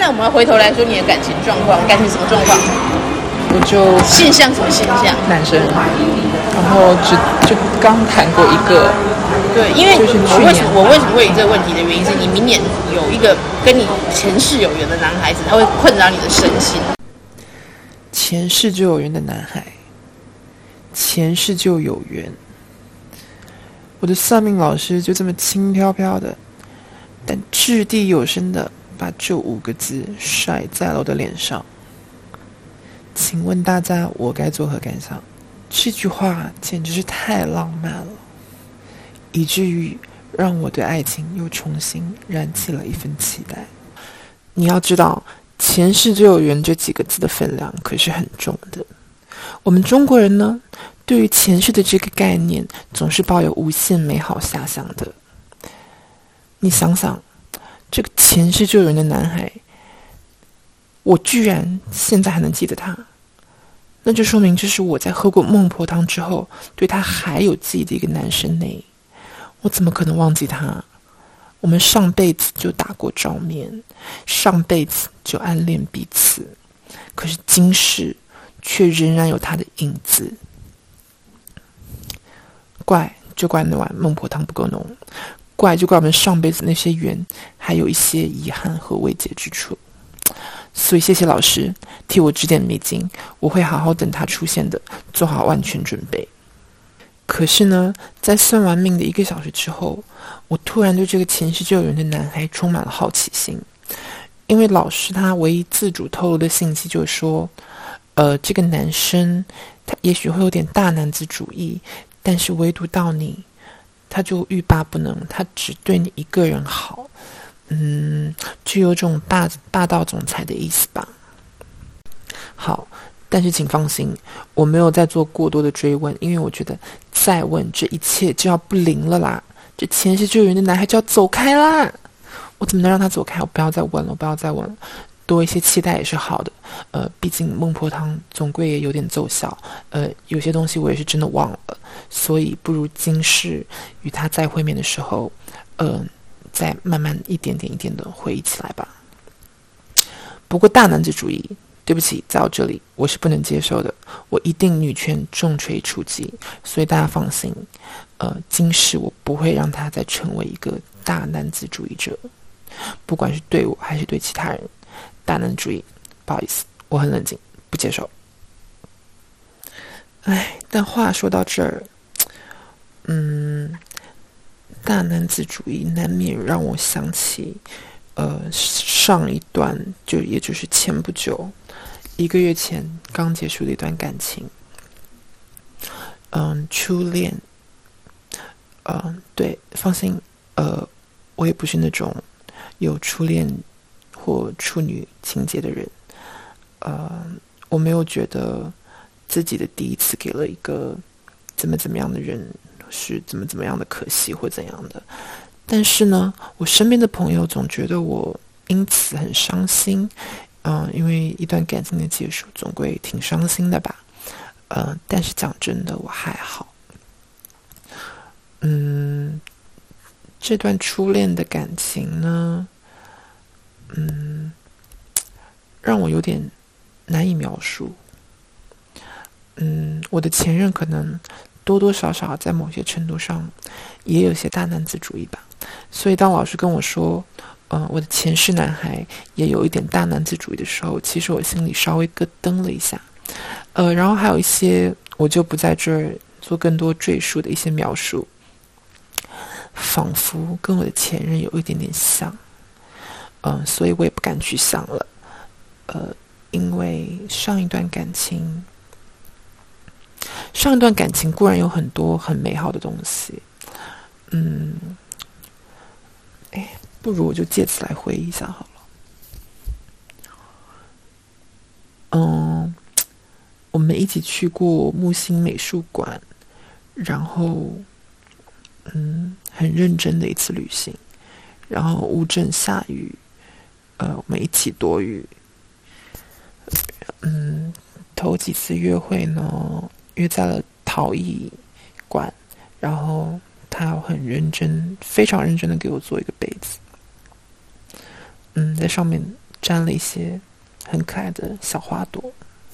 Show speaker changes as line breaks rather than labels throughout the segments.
在我们回头来说你的感情状况，感情什么状况？
我就
现象什么现象？
男生，然后就刚谈过一个。
对，因为
就是
我为什么会有这个问题的原因是你明年有一个跟你前世有缘的男孩子，他会困扰你的身心。
前世就有缘的男孩，前世就有缘。我的算命老师就这么轻飘飘的，但掷地有声的把这5个字甩在了我的脸上。请问大家，我该作何感想？这句话简直是太浪漫了，以至于让我对爱情又重新燃起了一份期待。你要知道，前世就有缘这几个字的分量可是很重的。我们中国人呢，对于前世的这个概念总是抱有无限美好遐想的。你想想，这个前世就有缘的男孩，我居然现在还能记得他，那就说明这是我在喝过孟婆汤之后对他还有记忆的一个男生呢。我怎么可能忘记他？我们上辈子就打过照面，上辈子就暗恋彼此，可是今世却仍然有他的影子。怪就怪那碗孟婆汤不够浓，怪就怪我们上辈子那些缘还有一些遗憾和未解之处。所以谢谢老师替我指点迷津，我会好好等他出现的，做好万全准备。可是呢，在算完命的1个小时之后，我突然对这个前世就有缘的男孩充满了好奇心，因为老师他唯一自主透露的信息就是说，这个男生他也许会有点大男子主义，但是唯独到你，他就欲罢不能，他只对你一个人好，就有种霸道总裁的意思吧。好。但是请放心，我没有再做过多的追问，因为我觉得再问这一切就要不灵了啦，这前世就有缘的男孩就要走开啦。我怎么能让他走开？我不要再问了，我不要再问了。多一些期待也是好的，毕竟孟婆汤总归也有点奏效，有些东西我也是真的忘了，所以不如今世与他再会面的时候，再慢慢一点点的回忆起来吧。不过大男子主义，对不起，在我这里我是不能接受的，我一定女权重锤出击，所以大家放心，今世我不会让他再成为一个大男子主义者，不管是对我还是对其他人。大男子主义，不好意思，我很冷静，不接受。但话说到这儿，大男子主义难免让我想起上一段也就是前不久1个月前刚结束的一段感情，初恋，对，放心，我也不是那种有初恋或处女情节的人，我没有觉得自己的第一次给了一个怎么样的人是怎么样的可惜或怎样的，但是呢，我身边的朋友总觉得我因此很伤心，因为一段感情的结束总归挺伤心的吧，但是讲真的，我还好。这段初恋的感情呢，让我有点难以描述。我的前任可能多多少少在某些程度上也有些大男子主义吧，所以当老师跟我说我的前世男孩也有一点大男子主义的时候，其实我心里稍微咯噔了一下，然后还有一些我就不在这儿做更多赘述的一些描述，仿佛跟我的前任有一点点像，所以我也不敢去想了，因为上一段感情固然有很多很美好的东西，不如我就借此来回忆一下好了。我们一起去过木星美术馆，然后很认真的一次旅行，然后乌镇下雨，我们一起躲雨。头几次约会呢，约在了陶艺馆，然后他很认真，非常认真的给我做一个杯子，在上面沾了一些很可爱的小花朵。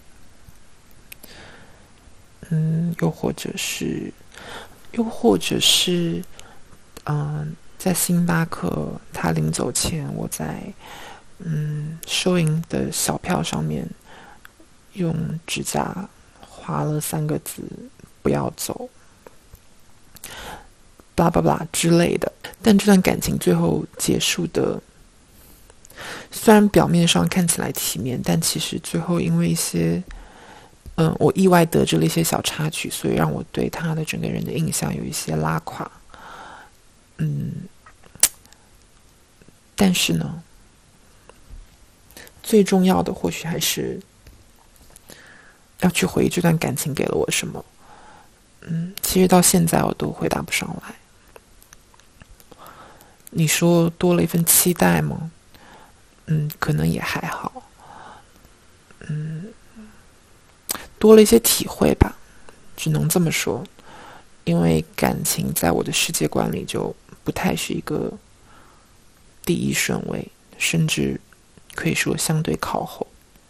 又或者是，在星巴克他临走前，我在收银的小票上面用指甲划了3个字“不要走”，blah blah blah之类的。但这段感情最后结束的，虽然表面上看起来体面，但其实最后因为一些我意外得知了一些小插曲，所以让我对他的整个人的印象有一些拉垮。但是呢，最重要的或许还是要去回忆这段感情给了我什么。其实到现在我都回答不上来。你说多了一份期待吗？可能也还好。多了一些体会吧，只能这么说。因为感情在我的世界观里就不太是一个第一顺位，甚至可以说相对靠后。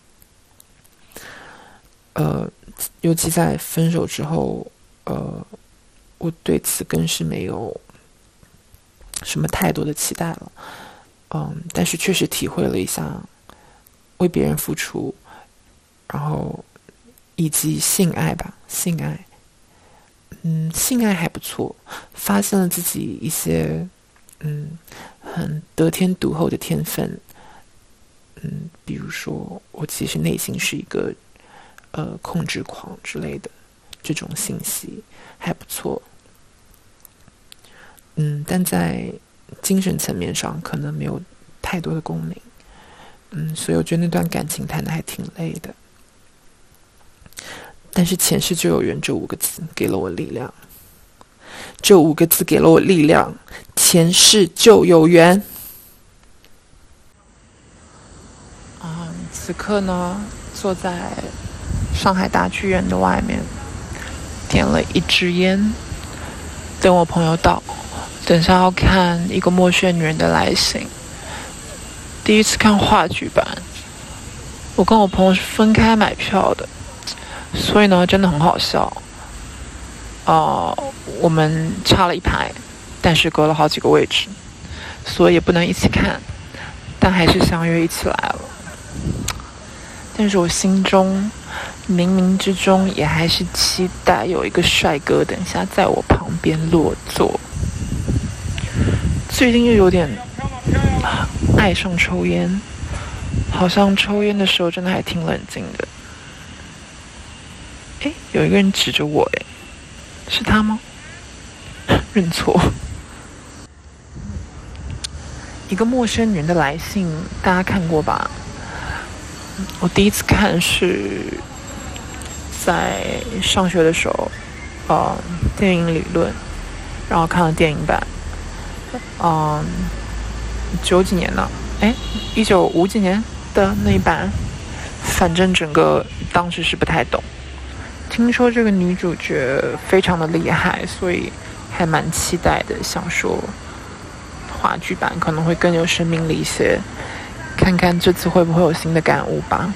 尤其在分手之后，我对此更是没有什么太多的期待了。但是确实体会了一下为别人付出，然后以及性爱吧，性爱还不错，发现了自己一些很得天独厚的天分。比如说我其实内心是一个控制狂之类的，这种信息还不错。但在精神层面上可能没有太多的共鸣。所以我觉得那段感情谈得还挺累的。但是前世就有缘这5个字给了我力量，这5个字给了我力量，前世就有缘。此刻呢，坐在上海大剧院的外面，点了1支烟，等我朋友到，等下要看一个陌生女人的来信。第一次看话剧版，我跟我朋友是分开买票的，所以呢真的很好笑。我们差了1排，但是隔了好几个位置，所以也不能一起看，但还是相约一起来了。但是我心中冥冥之中也还是期待有一个帅哥等下在我旁边落座。最近又有点爱上抽烟，好像抽烟的时候真的还挺冷静的。有一个人指着我，是他吗？认错。一个陌生人的来信，大家看过吧？我第一次看是在上学的时候，电影理论，然后看了电影版。90几年呢，1950几年的那一版，反正整个当时是不太懂。听说这个女主角非常的厉害，所以还蛮期待的，想说话剧版可能会更有生命力一些，看看这次会不会有新的感悟吧。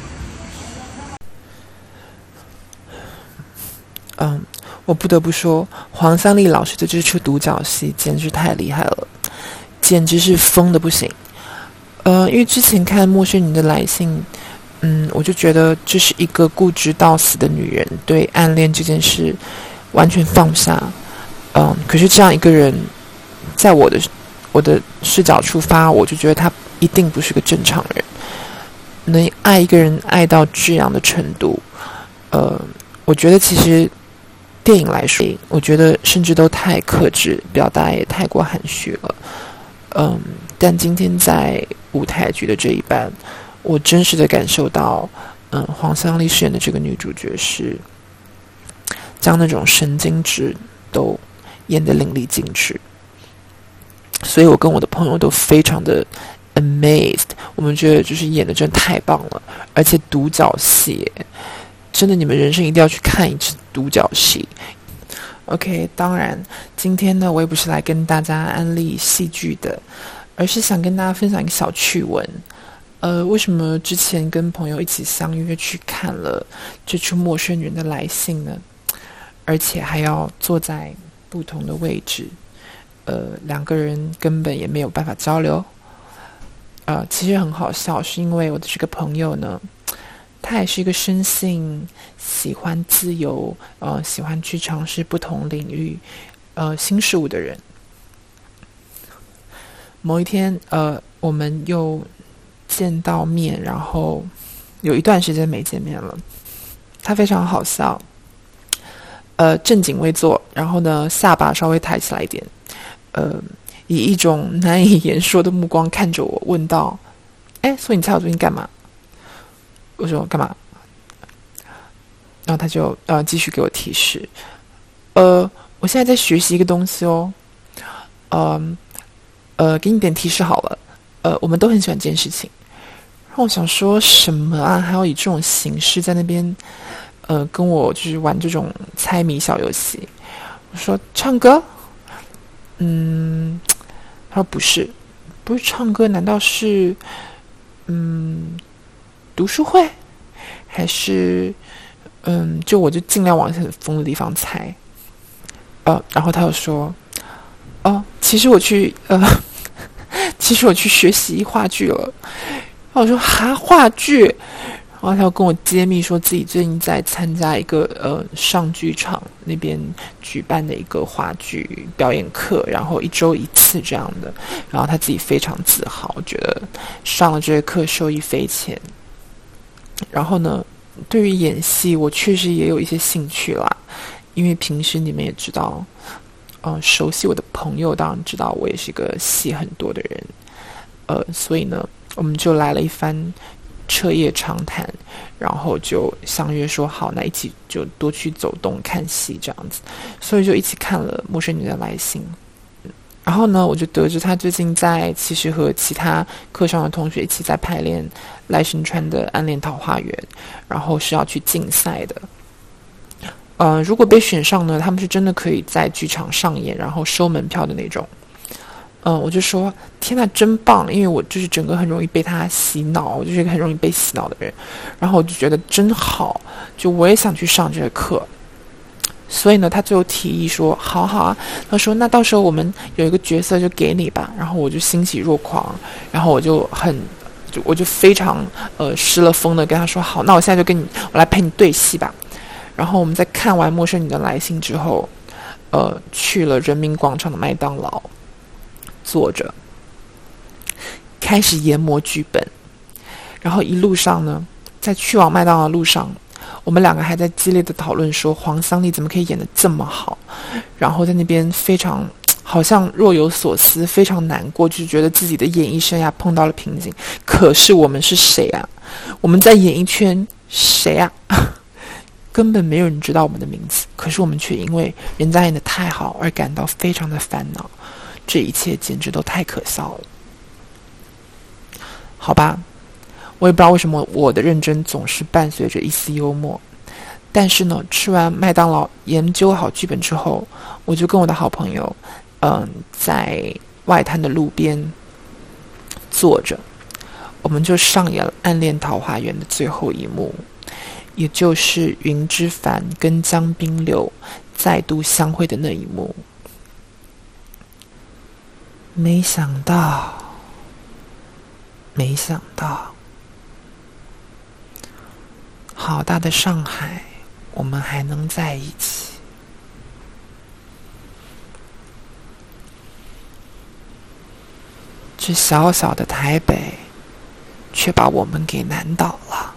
我不得不说，黄湘丽老师的这出独角戏简直太厉害了，简直是疯的不行。因为之前看《陌生人的来信》，我就觉得这是一个固执到死的女人对暗恋这件事完全放下。可是这样一个人，在我的视角出发，我就觉得她一定不是个正常人，能爱一个人爱到这样的程度。我觉得其实电影来说，我觉得甚至都太克制，表达也太过含蓄了。但今天在舞台剧的这一版，我真实的感受到，黄湘丽饰演的这个女主角是将那种神经质都演得淋漓尽致，所以我跟我的朋友都非常的 amazed， 我们觉得就是演的真的太棒了，而且独角戏，真的你们人生一定要去看一次独角戏。OK， 当然今天呢，我也不是来跟大家安利戏剧的，而是想跟大家分享一个小趣闻。 为什么之前跟朋友一起相约去看了这出陌生人的来信呢？而且还要坐在不同的位置，两个人根本也没有办法交流。其实很好笑，是因为我的这个朋友呢，他也是一个生性喜欢自由，喜欢去尝试不同领域，新事物的人。某一天，我们又见到面，然后有一段时间没见面了。他非常好笑，正襟危坐，然后呢，下巴稍微抬起来一点，以一种难以言说的目光看着我，问道：“所以你猜我最近干嘛？”我说：“干嘛？”然后他就继续给我提示：“我现在在学习一个东西哦。给你点提示好了。我们都很喜欢这件事情。”然后我想说什么啊？还要以这种形式在那边跟我就是玩这种猜谜小游戏。我说：“唱歌？”他说：“不是唱歌，难道是读书会？还是我就尽量往很疯的地方猜。然后他又说：“其实我去学习话剧了。”然后我说：“哈，话剧？”然后他又跟我揭秘说自己最近在参加一个上剧场那边举办的一个话剧表演课，然后1周1次这样的，然后他自己非常自豪，觉得上了这个课受益匪浅。然后呢，对于演戏我确实也有一些兴趣啦，因为平时你们也知道，熟悉我的朋友当然知道我也是一个戏很多的人，所以呢，我们就来了一番彻夜长谈，然后就相约说好，那一起就多去走动看戏这样子，所以就一起看了《陌生女的来信》。然后呢，我就得知他最近其实和其他课上的同学一起在排练赖声川的《暗恋桃花源》，然后是要去竞赛的。如果被选上呢，他们是真的可以在剧场上演，然后收门票的那种。我就说天哪，真棒！因为我就是整个很容易被他洗脑，我就是一个很容易被洗脑的人。然后我就觉得真好，就我也想去上这个课。所以呢，他最后提议说：“好啊。”他说：“那到时候我们有一个角色就给你吧。”然后我就欣喜若狂，然后我就非常失了风的跟他说：“好，那我现在就我来陪你对戏吧。”然后我们在看完《陌生女的来信》之后，去了人民广场的麦当劳，坐着开始研磨剧本。然后一路上呢，在去往麦当劳的路上，我们两个还在激烈的讨论说黄湘丽怎么可以演得这么好，然后在那边非常好像若有所思，非常难过，就是觉得自己的演艺生涯碰到了瓶颈。可是我们是谁啊？我们在演艺圈谁啊？根本没有人知道我们的名字，可是我们却因为人家演得太好而感到非常的烦恼。这一切简直都太可笑了。好吧，我也不知道为什么我的认真总是伴随着一丝幽默。但是呢，吃完麦当劳研究好剧本之后，我就跟我的好朋友在外滩的路边坐着，我们就上演了《暗恋桃花源》的最后一幕，也就是云之凡跟江滨柳再度相会的那一幕。没想到好大的上海，我们还能在一起。这小小的台北却把我们给难倒了。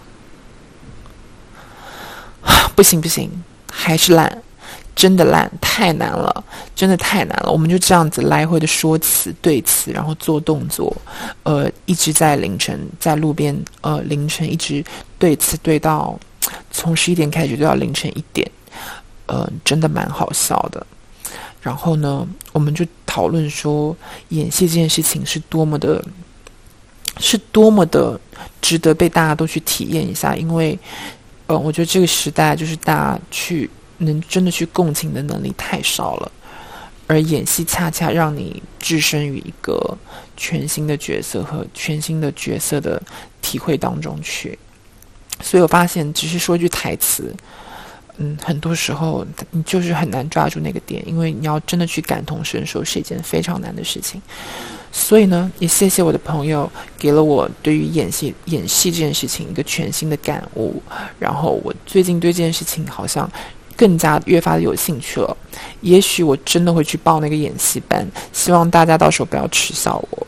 不行，还是烂，真的烂，太难了，真的太难了。我们就这样子来回的说词对词，然后做动作，一直在凌晨，在路边，凌晨一直对词对到从11点开始对到凌晨1点，真的蛮好笑的。然后呢，我们就讨论说，演戏这件事情是多么的值得被大家都去体验一下，因为我觉得这个时代就是大家能真的去共情的能力太少了，而演戏恰恰让你置身于一个全新的角色和全新的角色的体会当中去。所以我发现只是说一句台词，很多时候你就是很难抓住那个点，因为你要真的去感同身受是一件非常难的事情。所以呢，也谢谢我的朋友给了我对于演戏这件事情一个全新的感悟，然后我最近对这件事情好像更加越发的有兴趣了。也许我真的会去报那个演戏班，希望大家到时候不要耻笑我。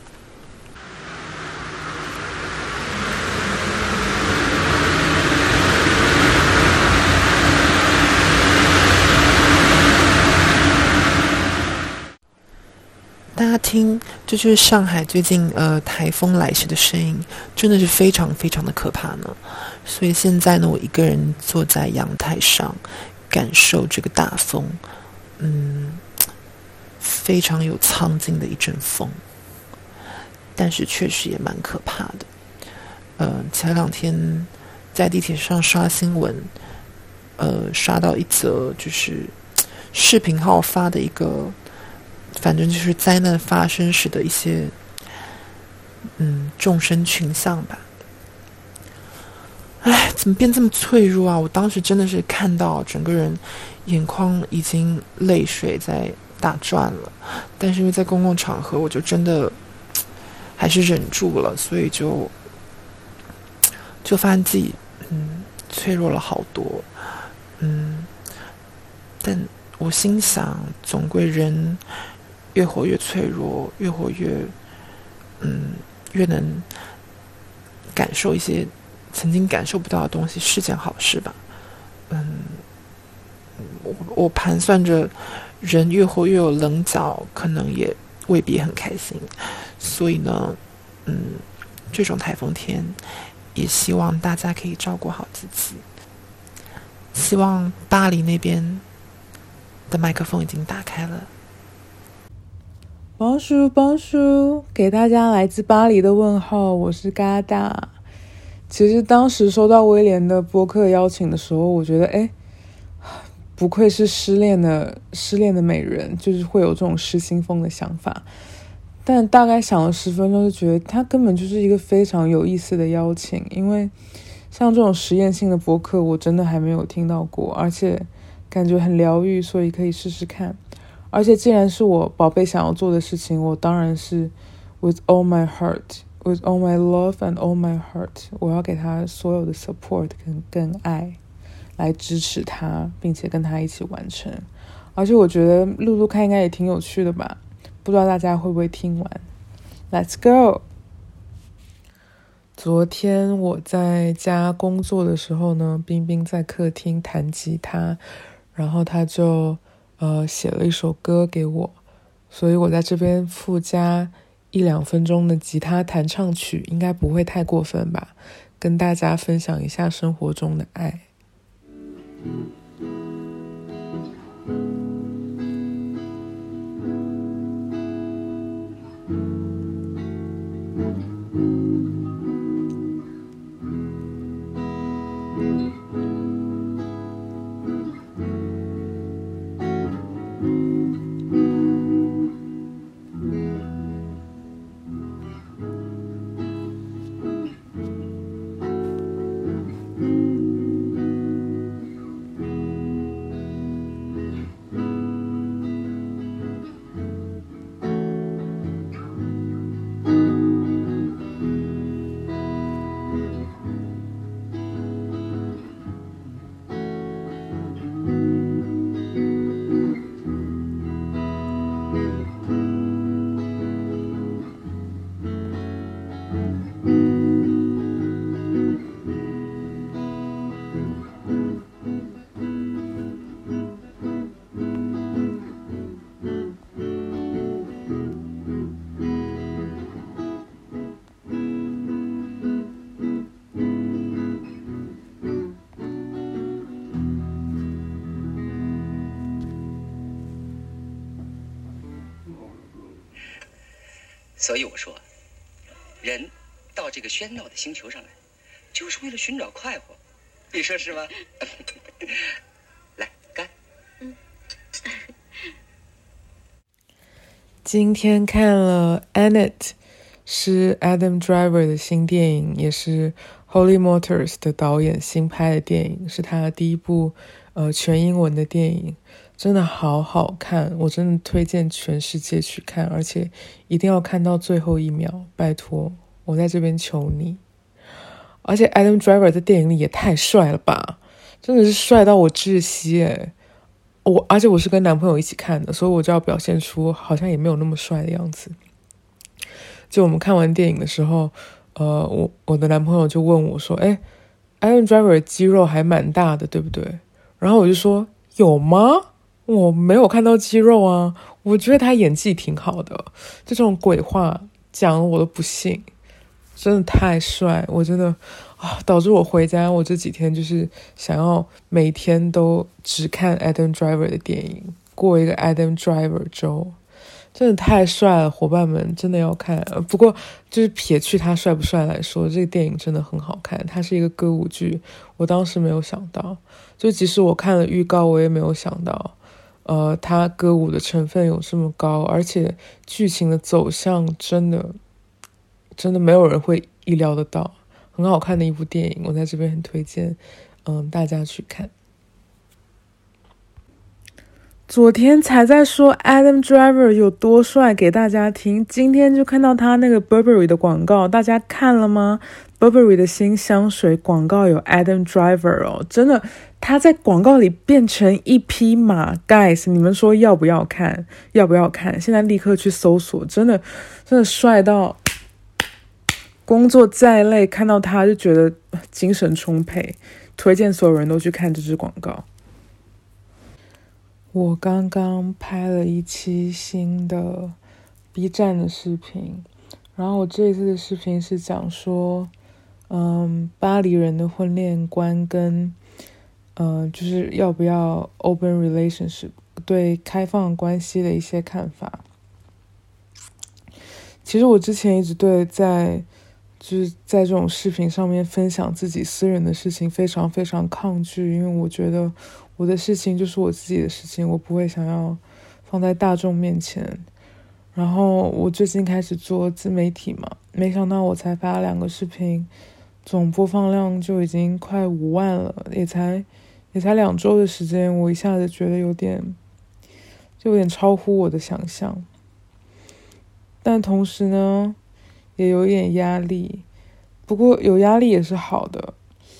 大家听，这就是上海最近台风来袭的声音，真的是非常非常的可怕呢。所以现在呢，我一个人坐在阳台上，感受这个大风，非常有苍劲的一阵风，但是确实也蛮可怕的。前2天在地铁上刷新闻，刷到一则就是视频号发的一个。反正就是灾难发生时的一些众生群像吧。怎么变这么脆弱啊？我当时真的是看到整个人眼眶已经泪水在打转了，但是因为在公共场合，我就真的还是忍住了，所以就发现自己脆弱了好多。但我心想，总归人越活越脆弱，越活越能感受一些曾经感受不到的东西，是件好事吧。我盘算着，人越活越有棱角，可能也未必很开心。所以呢，这种台风天，也希望大家可以照顾好自己。希望巴黎那边的麦克风已经打开了。
Bonjour，给大家来自巴黎的问候，我是嘎达。其实当时收到威廉的播客邀请的时候，我觉得不愧是失恋的美人，就是会有这种失心疯的想法。但大概想了10分钟，就觉得他根本就是一个非常有意思的邀请，因为像这种实验性的播客，我真的还没有听到过，而且感觉很疗愈，所以可以试试看。而且既然是我宝贝想要做的事情，我当然是 with all my heart, with all my love and all my heart， 我要给他所有的 support 跟爱来支持他，并且跟他一起完成。而且我觉得录录看应该也挺有趣的吧，不知道大家会不会听完。 Let's go。 昨天我在家工作的时候呢，冰冰在客厅弹吉他，然后他就写了一首歌给我，所以我在这边附加1-2分钟的吉他弹唱曲，应该不会太过分吧，跟大家分享一下生活中的爱。
所以我说，人到这个喧闹的星球上来，就是为了寻找快活，你说是吗？来干。
今天看了 Annette 是 Adam Driver 的新电影，也是 Holly Motors 的导演新拍的电影，是他的第一部全英文的电影，真的好好看，我真的推荐全世界去看，而且一定要看到最后一秒，拜托，我在这边求你。而且 Adam Driver 在电影里也太帅了吧，真的是帅到我窒息耶。而且我是跟男朋友一起看的，所以我就要表现出好像也没有那么帅的样子。就我们看完电影的时候，我的男朋友就问我说，Adam Driver 的肌肉还蛮大的，对不对？然后我就说，有吗？我没有看到肌肉啊，我觉得他演技挺好的，这种鬼话讲我都不信，真的太帅，我真的导致我回家，我这几天就是想要每天都只看 Adam Driver 的电影，过一个 Adam Driver 周，真的太帅了，伙伴们真的要看。不过就是撇去他帅不帅来说，这个电影真的很好看，它是一个歌舞剧，我当时没有想到，就即使我看了预告，我也没有想到它歌舞的成分有这么高，而且剧情的走向真的没有人会意料得到，很好看的一部电影，我在这边很推荐大家去看。昨天才在说 Adam Driver 有多帅给大家听，今天就看到他那个 Burberry 的广告，大家看了吗？ Burberry 的新香水广告有 Adam Driver 哦，真的他在广告里变成一匹马 ，guys， 你们说要不要看？要不要看？现在立刻去搜索，真的帅到，工作再累看到他就觉得精神充沛，推荐所有人都去看这支广告。我刚刚拍了一期新的 B 站的视频，然后我这一次的视频是讲说巴黎人的婚恋观跟就是要不要 open relationship 对开放关系的一些看法。其实我之前一直对在这种视频上面分享自己私人的事情非常非常抗拒，因为我觉得我的事情就是我自己的事情，我不会想要放在大众面前。然后我最近开始做自媒体嘛，没想到我才发2个视频，总播放量就已经快5万了，也才2周的时间，我一下子觉得有点超乎我的想象。但同时呢也有点压力，不过有压力也是好的。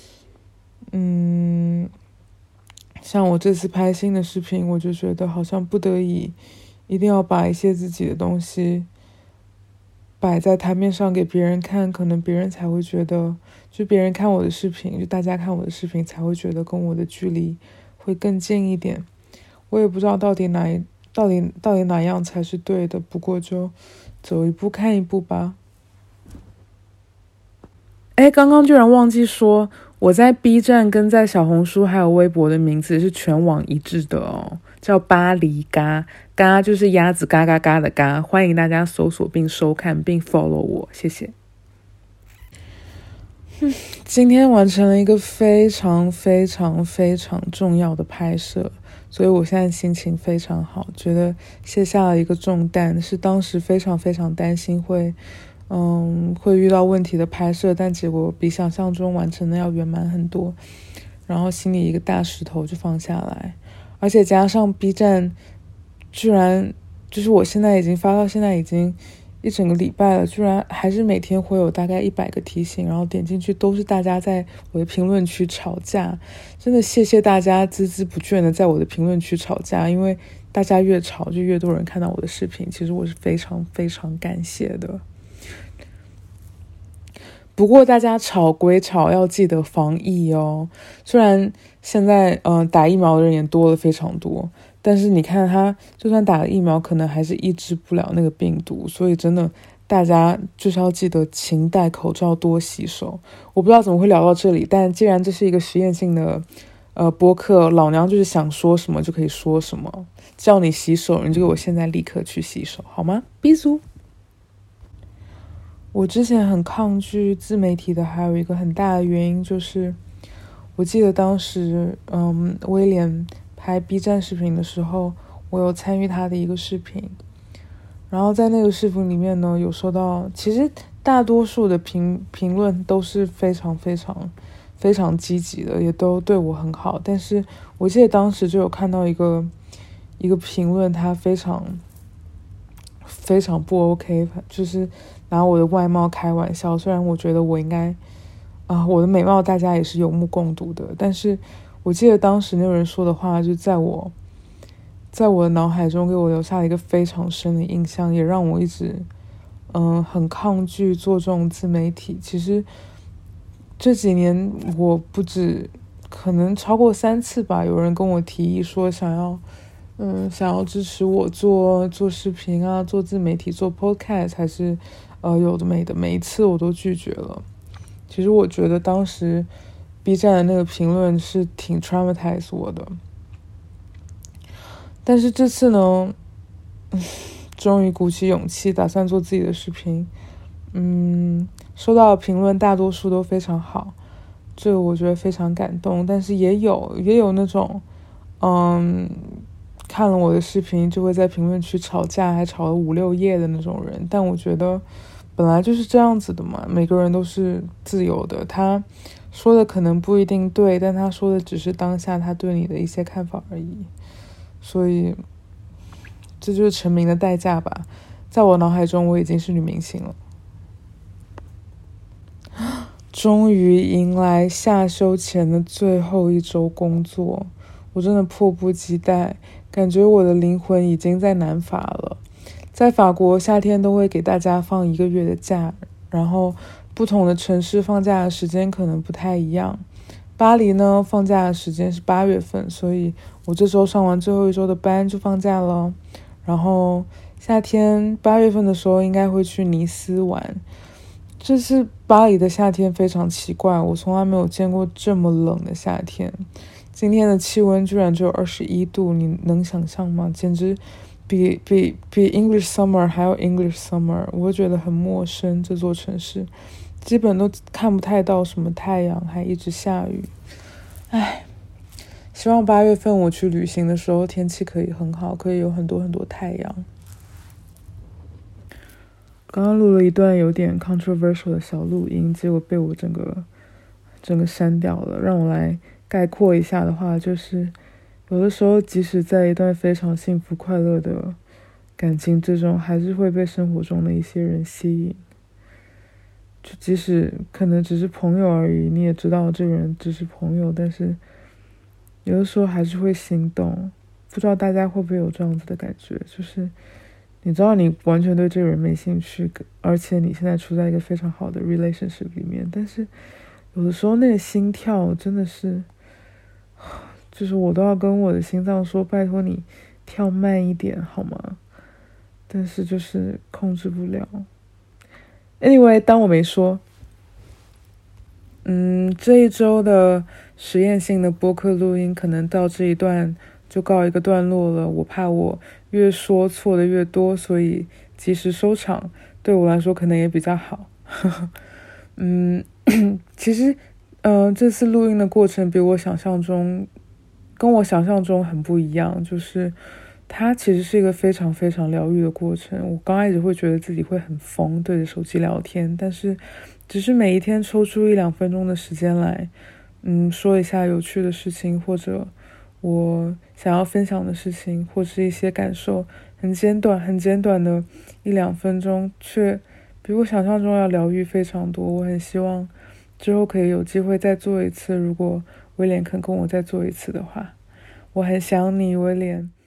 像我这次拍新的视频，我就觉得好像不得已一定要把一些自己的东西摆在台面上给别人看，可能别人才会觉得，就别人看我的视频，就大家看我的视频才会觉得跟我的距离会更近一点。我也不知道到底哪样才是对的，不过就走一步看一步吧。刚刚居然忘记说，我在 B 站跟在小红书还有微博的名字是全网一致的哦，叫巴黎嘎，嘎就是鸭子嘎嘎嘎的嘎，欢迎大家搜索并收看并 follow 我，谢谢。今天完成了一个非常非常非常重要的拍摄，所以我现在心情非常好，觉得卸下了一个重担，是当时非常非常担心会遇到问题的拍摄，但结果比想象中完成的要圆满很多，然后心里一个大石头就放下来。而且加上 B 站居然就是我现在已经发到现在已经1整个礼拜了，居然还是每天会有大概100个提醒，然后点进去都是大家在我的评论区吵架，真的谢谢大家孜孜不倦的在我的评论区吵架，因为大家越吵就越多人看到我的视频，其实我是非常非常感谢的。不过大家吵归吵，要记得防疫哦。虽然现在打疫苗的人也多了非常多，但是你看他就算打了疫苗，可能还是抑制不了那个病毒，所以真的大家就是要记得勤戴口罩，多洗手。我不知道怎么会聊到这里，但既然这是一个实验性的播客，老娘就是想说什么就可以说什么，叫你洗手你就给我现在立刻去洗手好吗？逼足。我之前很抗拒自媒体的还有一个很大的原因，就是我记得当时威廉拍 B 站视频的时候，我有参与他的一个视频， 然后在那个视频里面呢，有收到，其实大多数的评论都是非常非常非常积极的，也都对我很好。但是我记得当时就有看到一个评论，他非常非常不 OK， 就是拿我的外貌开玩笑。虽然我觉得我应该我的美貌大家也是有目共睹的，但是我记得当时那个人说的话，就在我的脑海中给我留下了一个非常深的印象，也让我一直很抗拒做这种自媒体。其实这几年我不止可能超过3次吧，有人跟我提议说想要支持我做视频啊，做自媒体，做 podcast， 还是有的没的，每一次我都拒绝了。其实我觉得当时 B 站的那个评论是挺 traumatize 我的。但是这次呢，终于鼓起勇气打算做自己的视频。收到的评论大多数都非常好，这个我觉得非常感动。但是也有那种看了我的视频就会在评论区吵架，还吵了5-6页的那种人。但我觉得本来就是这样子的嘛，每个人都是自由的，他说的可能不一定对，但他说的只是当下他对你的一些看法而已。所以这就是成名的代价吧。在我脑海中我已经是女明星了。终于迎来下休前的最后1周工作，我真的迫不及待，感觉我的灵魂已经在南法了。在法国夏天都会给大家放1个月的假，然后不同的城市放假的时间可能不太一样。巴黎呢，放假的时间是8月份，所以我这周上完最后1周的班就放假了。然后夏天8月份的时候应该会去尼斯玩。这次巴黎的夏天非常奇怪，我从来没有见过这么冷的夏天。今天的气温居然只有21度，你能想象吗？简直比 English Summer 还要 English Summer。我会觉得很陌生，这座城市基本都看不太到什么太阳，还一直下雨。希望8月份我去旅行的时候天气可以很好，可以有很多很多太阳。刚刚录了一段有点 controversial 的小录音，结果被我整个删掉了。让我来概括一下的话，就是有的时候即使在一段非常幸福快乐的感情之中，还是会被生活中的一些人吸引。就即使可能只是朋友而已，你也知道这个人只是朋友，但是有的时候还是会心动。不知道大家会不会有这样子的感觉，就是你知道你完全对这个人没兴趣，而且你现在处在一个非常好的 relationship 里面，但是有的时候那个心跳真的是，就是我都要跟我的心脏说拜托你跳慢一点好吗？但是就是控制不了。Anyway， 当我没说。这一周的实验性的播客录音可能到这一段就告一个段落了。我怕我越说错的越多，所以及时收场对我来说可能也比较好。其实这次录音的过程跟我想象中很不一样，就是它其实是一个非常非常疗愈的过程。我刚开始会觉得自己会很疯，对着手机聊天，但是只是每一天抽出1-2分钟的时间来说一下有趣的事情，或者我想要分享的事情，或是一些感受，很简短的1-2分钟，却比我想象中要疗愈非常多。我很希望之后可以有机会再做一次，如果威廉肯跟我再做一次的话。我很想你，威廉。